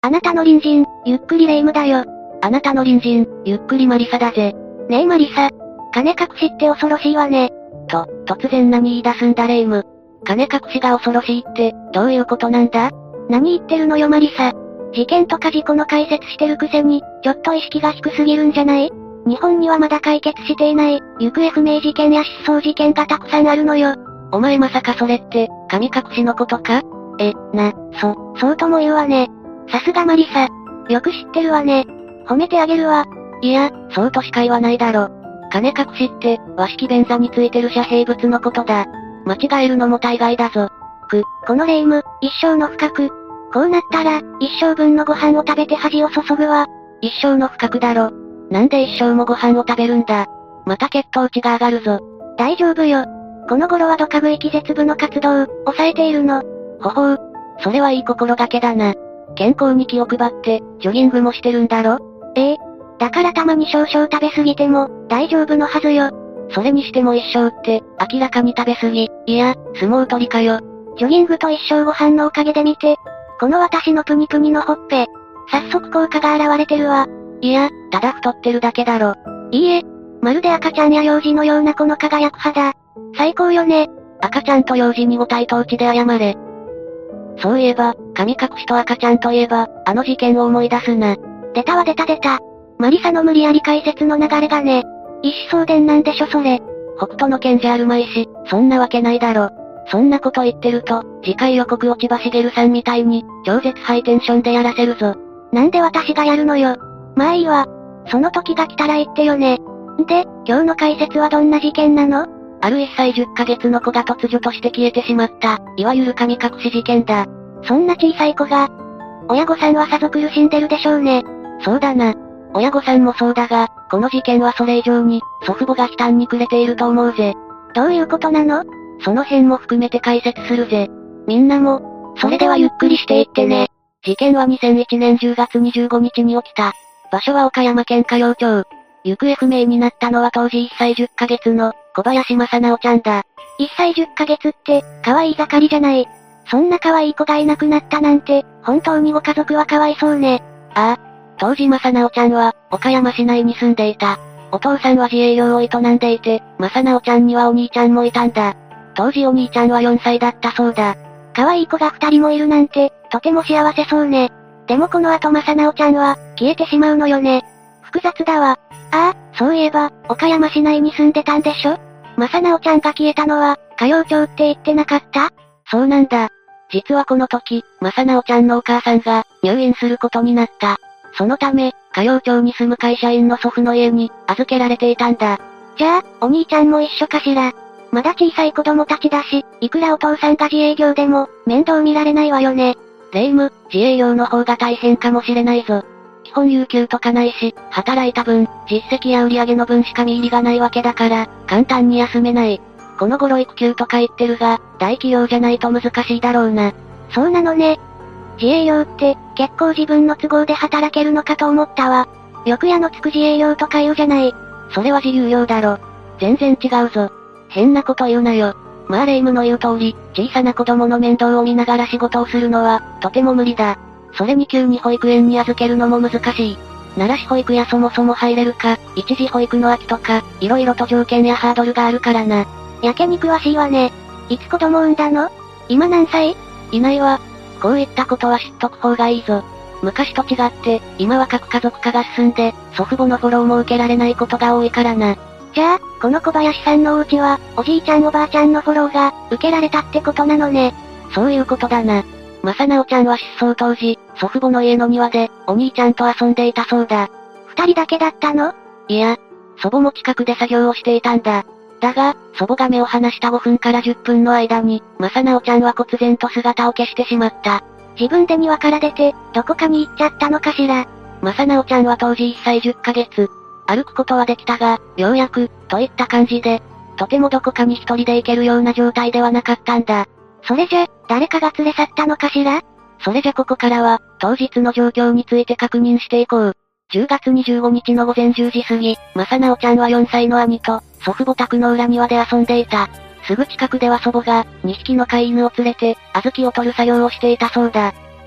あなたの隣人、ゆっくりレ夢ムだよ。 あなたの隣人、ゆっくりマリサだぜ。 ねえマリサ。金隠しって恐ろしいわね。 突然何言い出すんだレ夢ム。金隠しが恐ろしいって、どういうことなんだ？ 何言ってるのよマリサ。事件とか事故の解説してるくせに、ちょっと意識が低すぎるんじゃない？日本にはまだ解決していない、行方不明事件や失踪事件がたくさんあるのよ。 お前まさかそれって、神隠しのことか？ そうとも言うわね。さすがマリサ。よく知ってるわね。褒めてあげるわ。 いや、そうとしか言わないだろ。金隠しって、和式便座についてる遮蔽物のことだ。間違えるのも大概だぞ。 このレ夢ム、一生の不覚。こうなったら、一生分のご飯を食べて恥を注ぐわ。 一生の不覚だろ。なんで一生もご飯を食べるんだ。また血糖値が上がるぞ。 大丈夫よ。この頃はドカ食い気絶部の活動、抑えているの。 それはいい心がけだな。健康に気を配って、ジョギングもしてるんだろ？ だからたまに少々食べ過ぎても、大丈夫のはずよ。 それにしても一生って、明らかに食べ過ぎ、いや、相撲取りかよ。 ジョギングと一生ご飯のおかげで見て。この私のプニプニのほっぺ。早速効果が現れてるわ。 いや、ただ太ってるだけだろ。 いいえ、まるで赤ちゃんや幼児のようなこの輝く肌。最高よね。 赤ちゃんと幼児にご対等値で謝れ。そういえば、神隠しと赤ちゃんといえば、あの事件を思い出すな。 出た。マリサの無理やり解説の流れがね。一子相伝なんでしょそれ。 北斗の拳じゃあるまいし、そんなわけないだろ。そんなこと言ってると、次回予告を千葉茂さんみたいに、超絶ハイテンションでやらせるぞ。 なんで私がやるのよ。まあいいわ。その時が来たら言ってよね。で、今日の解説はどんな事件なの？ ある1歳10ヶ月の子が突如として消えてしまった、いわゆる神隠し事件だ。 そんな小さい子が、親御さんはさぞ苦しんでるでしょうね。 そうだな。親御さんもそうだが、この事件はそれ以上に、祖父母が悲嘆に暮れていると思うぜ。 どういうことなの？ その辺も含めて解説するぜ。みんなも、それではゆっくりしていってね。事件は2001年10月25日に起きた。場所は岡山県歌謡町。行方不明になったのは当時1歳10ヶ月の小林正直ちゃんだ。 1歳10ヶ月って、可愛い盛りじゃない。そんな可愛い子がいなくなったなんて、本当にご家族はかわいそうね。 ああ。当時正直ちゃんは、岡山市内に住んでいた。お父さんは自営業を営んでいて、正直ちゃんにはお兄ちゃんもいたんだ。当時お兄ちゃんは4歳だったそうだ。 可愛い子が2人もいるなんて、とても幸せそうね。でもこの後正直ちゃんは、消えてしまうのよね。複雑だわ。ああ、そういえば、岡山市内に住んでたんでしょ？正直ちゃんが消えたのは、歌謡町って言ってなかった？ そうなんだ。実はこの時、正直ちゃんのお母さんが、入院することになった。そのため、歌謡町に住む会社員の祖父の家に、預けられていたんだ。 じゃあ、お兄ちゃんも一緒かしら。まだ小さい子供たちだし、いくらお父さんが自営業でも、面倒見られないわよね。 レ夢ム、自営業の方が大変かもしれないぞ。基本有給とかないし、働いた分、実績や売り上げの分しか見入りがないわけだから、簡単に休めない。この頃育休とか言ってるが、大企業じゃないと難しいだろうな。 そうなのね。自営業って、結構自分の都合で働けるのかと思ったわ。よく矢のつく自営業とか言うじゃない。 それは自由業だろ。全然違うぞ。変なこと言うなよ。まあレ夢ムの言う通り、小さな子供の面倒を見ながら仕事をするのは、とても無理だ。それに急に保育園に預けるのも難しい。奈良市保育やそもそも入れるか、一時保育の空きとか、色々と条件やハードルがあるからな。 やけに詳しいわね。いつ子供産んだの？今何歳？ いないわ。こういったことは知っとく方がいいぞ。昔と違って、今は核家族化が進んで、祖父母のフォローも受けられないことが多いからな。 じゃあ、この小林さんのお家は、おじいちゃんおばあちゃんのフォローが、受けられたってことなのね。 そういうことだな。正直ちゃんは失踪当時、祖父母の家の庭で、お兄ちゃんと遊んでいたそうだ。 2人だけだったの？ いや、祖母も近くで作業をしていたんだ。だが、祖母が目を離した5分から10分の間に、正直ちゃんは忽然と姿を消してしまった。 自分で庭から出て、どこかに行っちゃったのかしら。 正直ちゃんは当時1歳10ヶ月。歩くことはできたが、ようやく、といった感じで、とてもどこかに一人で行けるような状態ではなかったんだ。 それじゃ、誰かが連れ去ったのかしら？ それじゃここからは、当日の状況について確認していこう。10月25日の午前10時過ぎ、正直ちゃんは4歳の兄と、祖父母宅の裏庭で遊んでいた。すぐ近くでは祖母が、2匹の飼い犬を連れて、小豆を取る作業をしていたそうだ。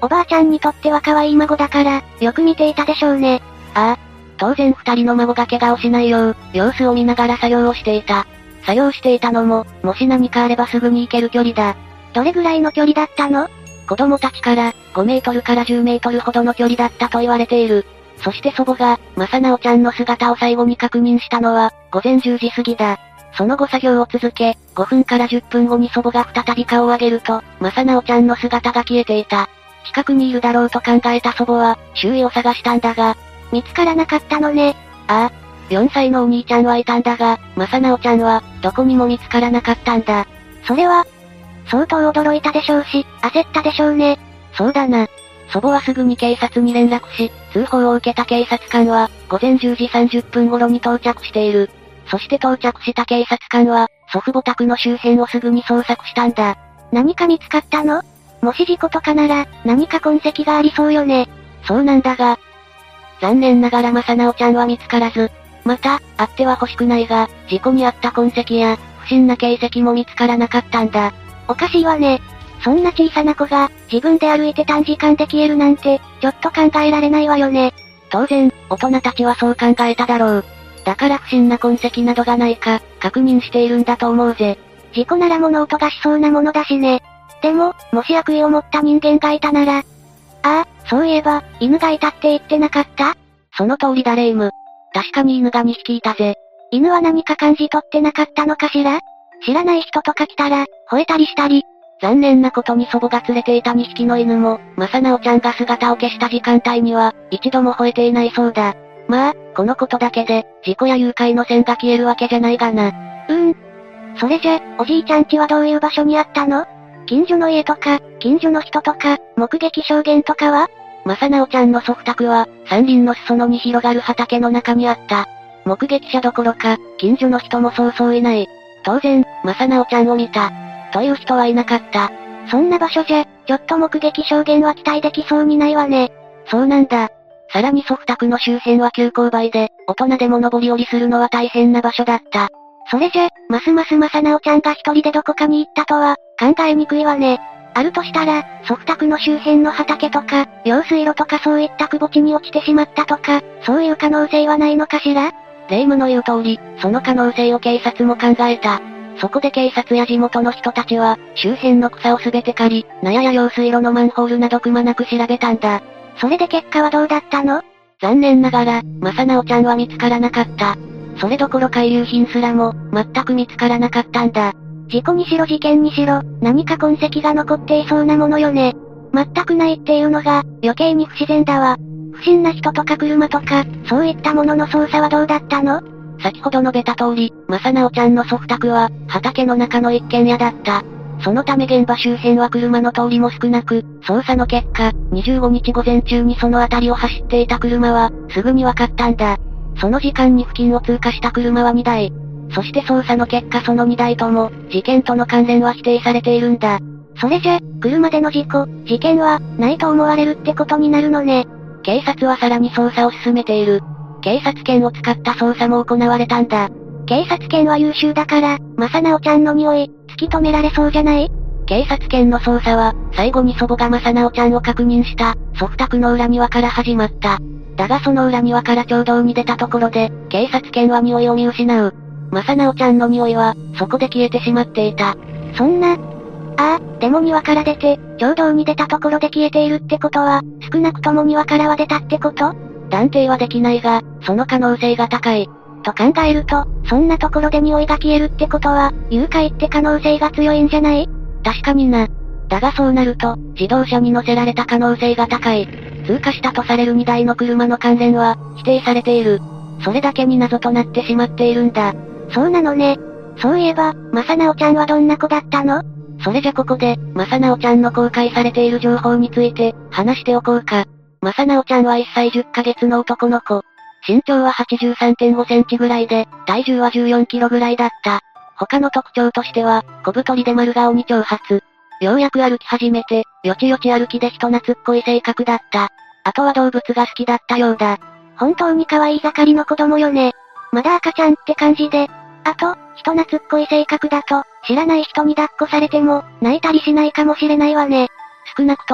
おばあちゃんにとっては可愛い孫だから、よく見ていたでしょうね。 ああ。当然二人の孫が怪我をしないよう、様子を見ながら作業をしていた。作業していたのも、もし何かあればすぐに行ける距離だ。 どれぐらいの距離だったの？ 子供たちから、5メートルから10メートルほどの距離だったと言われている。そして祖母が、正直ちゃんの姿を最後に確認したのは、午前10時過ぎだ。その後作業を続け、5分から10分後に祖母が再び顔を上げると、正直ちゃんの姿が消えていた。近くにいるだろうと考えた祖母は、周囲を探したんだが、 見つからなかったのね。 ああ。4歳のお兄ちゃんはいたんだが、正直ちゃんは、どこにも見つからなかったんだ。 それは、相当驚いたでしょうし、焦ったでしょうね。 そうだな。祖母はすぐに警察に連絡し、通報を受けた警察官は、午前10時30分頃に到着している。そして到着した警察官は、祖父母宅の周辺をすぐに捜索したんだ。 何か見つかったの？もし事故とかなら、何か痕跡がありそうよね。 そうなんだが、残念ながら正直ちゃんは見つからず、また、あっては欲しくないが、事故に遭った痕跡や、不審な形跡も見つからなかったんだ。 おかしいわね。そんな小さな子が、自分で歩いて短時間で消えるなんて、ちょっと考えられないわよね。 当然、大人たちはそう考えただろう。だから不審な痕跡などがないか、確認しているんだと思うぜ。 事故なら物音がしそうなものだしね。でも、もし悪意を持った人間がいたなら。ああ、そういえば、犬がいたって言ってなかった？ その通りだレイム。確かに犬が2匹いたぜ。 犬は何か感じ取ってなかったのかしら？知らない人とか来たら、吠えたりしたり。 残念なことに祖母が連れていた2匹の犬も、正直ちゃんが姿を消した時間帯には、一度も吠えていないそうだ。まあ、このことだけで、事故や誘拐の線が消えるわけじゃないがな。 それじゃ、おじいちゃん家はどういう場所にあったの？近所の家とか、近所の人とか、目撃証言とかは？ 正直ちゃんの祖父宅は、山林の裾野に広がる畑の中にあった。目撃者どころか、近所の人もそうそういない。当然、正直ちゃんを見た。という人はいなかった。 そんな場所じゃ、ちょっと目撃証言は期待できそうにないわね。 そうなんだ。さらに祖父宅の周辺は急勾配で、大人でも登り降りするのは大変な場所だった。 それじゃ、ますます正直ちゃんが一人でどこかに行ったとは、考えにくいわね。あるとしたら、祖父宅の周辺の畑とか、用水路とかそういった窪地に落ちてしまったとか、そういう可能性はないのかしら？ レイムの言う通り、その可能性を警察も考えた。そこで警察や地元の人たちは、周辺の草をすべて刈り、納屋や用水路のマンホールなどくまなく調べたんだ。 それで結果はどうだったの？ 残念ながら、正直ちゃんは見つからなかった。それどころか遺留品すらも、全く見つからなかったんだ。 事故にしろ事件にしろ、何か痕跡が残っていそうなものよね。全くないっていうのが、余計に不自然だわ。不審な人とか車とか、そういったものの捜査はどうだったの？ 先ほど述べた通り、正直ちゃんの祖父宅は、畑の中の一軒家だった。そのため現場周辺は車の通りも少なく、捜査の結果、25日午前中にその辺りを走っていた車は、すぐに分かったんだ。その時間に付近を通過した車は2台。そして捜査の結果その2台とも、事件との関連は否定されているんだ。 それじゃ、車での事故、事件は、ないと思われるってことになるのね。 警察はさらに捜査を進めている。警察犬を使った捜査も行われたんだ。 警察犬は優秀だから、正直ちゃんの匂い、突き止められそうじゃない？ 警察犬の捜査は、最後に祖母が正直ちゃんを確認した、祖父宅の裏庭から始まった。だがその裏庭から町道に出たところで、警察犬は匂いを見失う。正直ちゃんの匂いは、そこで消えてしまっていた。 そんな。でも庭から出て、町道に出たところで消えているってことは、少なくとも庭からは出たってこと？ 断定はできないが、その可能性が高い。 と考えると、そんなところで匂いが消えるってことは、誘拐って可能性が強いんじゃない？ 確かにな。だがそうなると、自動車に乗せられた可能性が高い。通過したとされる2台の車の関連は、否定されている。それだけに謎となってしまっているんだ。 そうなのね。そういえば、正直ちゃんはどんな子だったの？ それじゃここで、正直ちゃんの公開されている情報について、話しておこうか。正直ちゃんは1歳10ヶ月の男の子。身長は83.5センチぐらいで、体重は14キロぐらいだった。他の特徴としては、小太りで丸顔に長髪。ようやく歩き始めて、よちよち歩きで人懐っこい性格だった。あとは動物が好きだったようだ。 本当に可愛い盛りの子供よね。まだ赤ちゃんって感じで。あと、人懐っこい性格だと、知らない人に抱っこされても、泣いたりしないかもしれないわね。 少なくとも、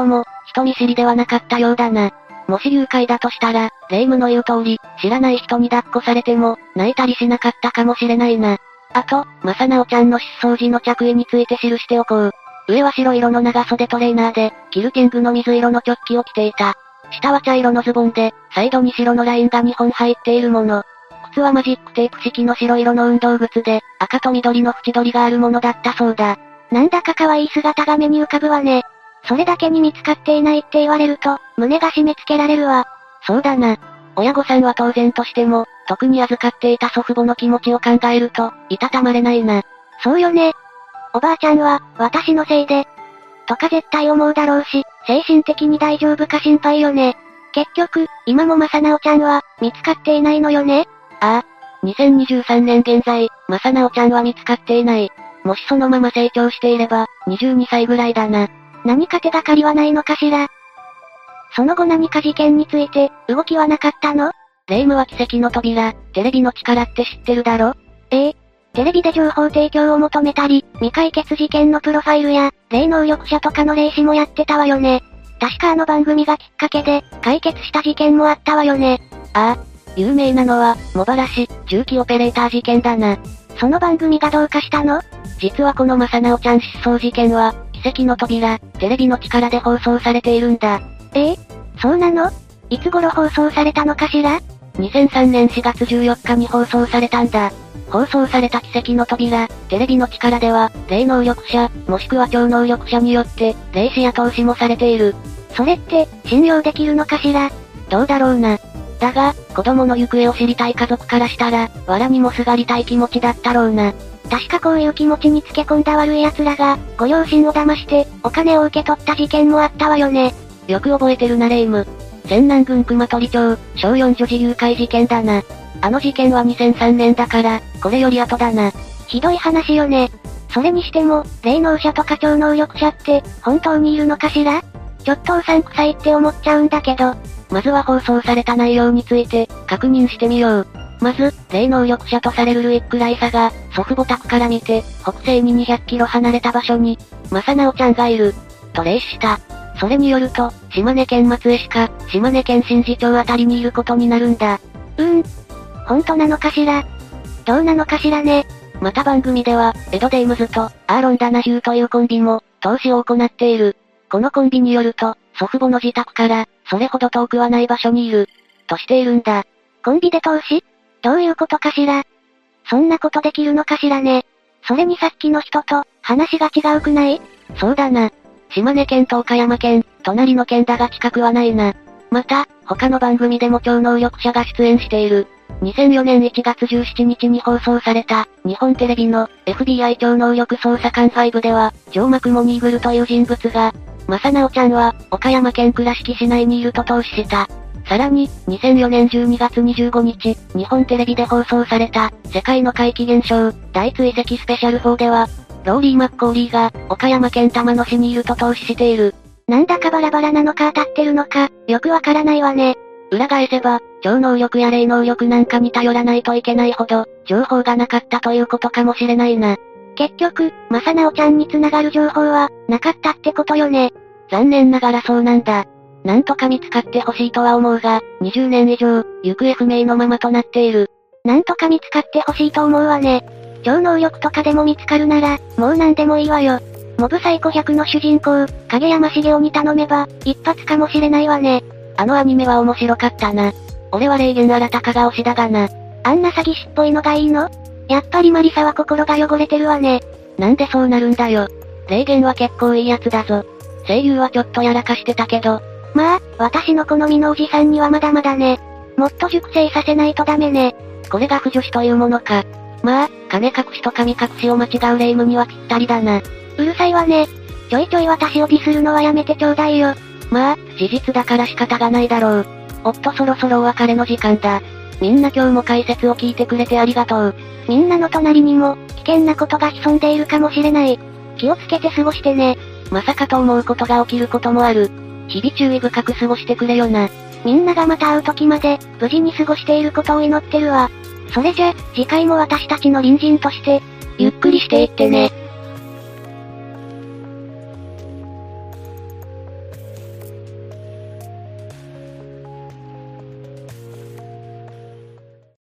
人見知りではなかったようだな。もし誘拐だとしたら、霊夢の言う通り、知らない人に抱っこされても、泣いたりしなかったかもしれないな。あと、正直ちゃんの失踪時の着衣について記しておこう。上は白色の長袖トレーナーで、キルティングの水色のチョッキを着ていた。下は茶色のズボンで、サイドに白のラインが2本入っているもの。靴はマジックテープ式の白色の運動靴で、赤と緑の縁取りがあるものだったそうだ。 なんだか可愛い姿が目に浮かぶわね。それだけに見つかっていないって言われると、胸が締め付けられるわ。 そうだな。親御さんは当然としても、特に預かっていた祖父母の気持ちを考えると、いたたまれないな。 そうよね。おばあちゃんは、私のせいで、とか絶対思うだろうし、精神的に大丈夫か心配よね。結局、今も正直ちゃんは、見つかっていないのよね。 ああ。2023年現在、正直ちゃんは見つかっていない。もしそのまま成長していれば、22歳ぐらいだな。 何か手がかりはないのかしら。その後何か事件について、動きはなかったの？ 霊夢は奇跡の扉、テレビの力って知ってるだろ？ テレビで情報提供を求めたり、未解決事件のプロファイルや、霊能力者とかの霊視もやってたわよね。確かあの番組がきっかけで、解決した事件もあったわよね。 ああ。有名なのは、茂原市、重機オペレーター事件だな。 その番組がどうかしたの？ 実はこの正直ちゃん失踪事件は、奇跡の扉、テレビの力で放送されているんだ。 そうなの？いつ頃放送されたのかしら？ 2003 年4月14日に放送されたんだ。放送された奇跡の扉、テレビの力では、霊能力者、もしくは超能力者によって、霊視や投資もされている。 それって、信用できるのかしら？ どうだろうな。だが、子供の行方を知りたい家族からしたら、藁にもすがりたい気持ちだったろうな。 確かこういう気持ちにつけ込んだ悪い奴らが、ご両親を騙して、お金を受け取った事件もあったわよね。 よく覚えてるな霊夢。泉南郡熊取町、小4女児誘拐事件だな。あの事件は2003年だから、これより後だな。 ひどい話よね。それにしても、霊能者とか超能力者って、本当にいるのかしら？ちょっとうさんくさいって思っちゃうんだけど。 まずは放送された内容について、確認してみよう。まず、霊能力者とされるルイック・ライサが、祖父母宅から見て、北西に200キロ離れた場所に、正直ちゃんがいる、と霊視した。それによると、島根県松江市か、島根県新地町あたりにいることになるんだ。 本当なのかしら？どうなのかしらね。 また番組では、エド・デイムズと、アーロン・ダナヒューというコンビも、投資を行っている。このコンビによると、祖父母の自宅から、それほど遠くはない場所にいる、としているんだ。 コンビで投資？どういうことかしら？そんなことできるのかしらね。それにさっきの人と、話が違うくない？ そうだな。島根県と岡山県、隣の県だが近くはないな。また、他の番組でも超能力者が出演している。2004年1月17日に放送された、日本テレビの FBI 超能力捜査官5では、ジョー・マクモニーグルという人物が、正直ちゃんは、岡山県倉敷市内にいると投資した。さらに、2004年12月25日、日本テレビで放送された、世界の怪奇現象、大追跡スペシャル4では、ローリー・マッコーリーが、岡山県玉野市にいると投資している。 なんだかバラバラなのか当たってるのか、よくわからないわね。 裏返せば、超能力や霊能力なんかに頼らないといけないほど、情報がなかったということかもしれないな。 結局、正直ちゃんに繋がる情報は、なかったってことよね。 残念ながらそうなんだ。なんとか見つかってほしいとは思うが、20年以上、行方不明のままとなっている。 なんとか見つかってほしいと思うわね。超能力とかでも見つかるなら、もう何でもいいわよ。モブサイコ100の主人公、影山茂雄に頼めば、一発かもしれないわね。 あのアニメは面白かったな。俺は霊言新たかが推しだがな。 あんな詐欺師っぽいのがいいの？やっぱりマリサは心が汚れてるわね。 なんでそうなるんだよ。霊言は結構いいやつだぞ。声優はちょっとやらかしてたけど。 まあ、私の好みのおじさんにはまだまだね。もっと熟成させないとダメね。 これが不女子というものか。まあ、金隠しと神隠しを間違う霊夢にはぴったりだな。 うるさいわね。ちょいちょい私をディスるのはやめてちょうだいよ。 まあ、事実だから仕方がないだろう。おっとそろそろお別れの時間だ。みんな今日も解説を聞いてくれてありがとう。 みんなの隣にも、危険なことが潜んでいるかもしれない。気をつけて過ごしてね。 まさかと思うことが起きることもある。日々注意深く過ごしてくれよな。 みんながまた会う時まで、無事に過ごしていることを祈ってるわ。それじゃ、次回も私たちの隣人として、 ゆっくりしていってね。